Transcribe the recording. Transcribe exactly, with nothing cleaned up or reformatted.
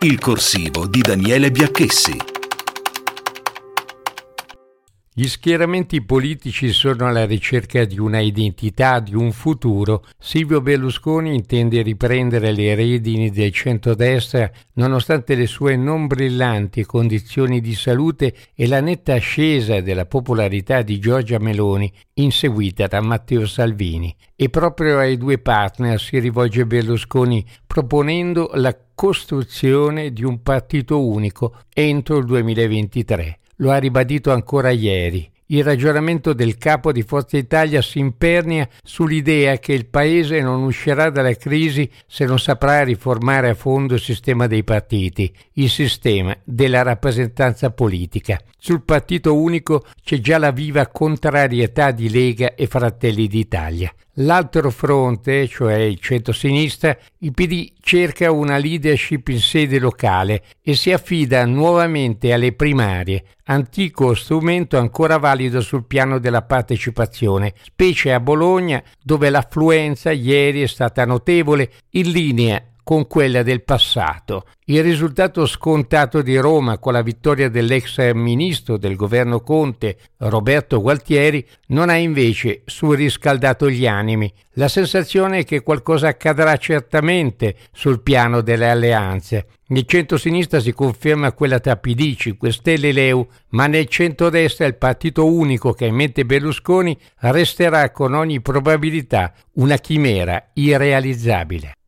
Il corsivo di Daniele Biacchessi. Gli schieramenti politici sono alla ricerca di una identità, di un futuro. Silvio Berlusconi intende riprendere le redini del centrodestra nonostante le sue non brillanti condizioni di salute e la netta ascesa della popolarità di Giorgia Meloni, inseguita da Matteo Salvini. E proprio ai due partner si rivolge Berlusconi proponendo la costruzione di un partito unico entro il duemilaventitré. Lo ha ribadito ancora ieri. Il ragionamento del capo di Forza Italia si impernia sull'idea che il Paese non uscirà dalla crisi se non saprà riformare a fondo il sistema dei partiti, il sistema della rappresentanza politica. Sul partito unico c'è già la viva contrarietà di Lega e Fratelli d'Italia. L'altro fronte, cioè il centro-sinistra, il P D cerca una leadership in sede locale e si affida nuovamente alle primarie, antico strumento ancora valido sul piano della partecipazione, specie a Bologna, dove l'affluenza ieri è stata notevole, in linea con quella del passato. Il risultato scontato di Roma con la vittoria dell'ex ministro del governo Conte, Roberto Gualtieri, non ha invece surriscaldato gli animi. La sensazione è che qualcosa accadrà certamente sul piano delle alleanze. Nel centro-sinistra si conferma quella tra P D, cinque Stelle e L E U, ma nel centro-destra il partito unico che ha in mente Berlusconi resterà con ogni probabilità una chimera irrealizzabile.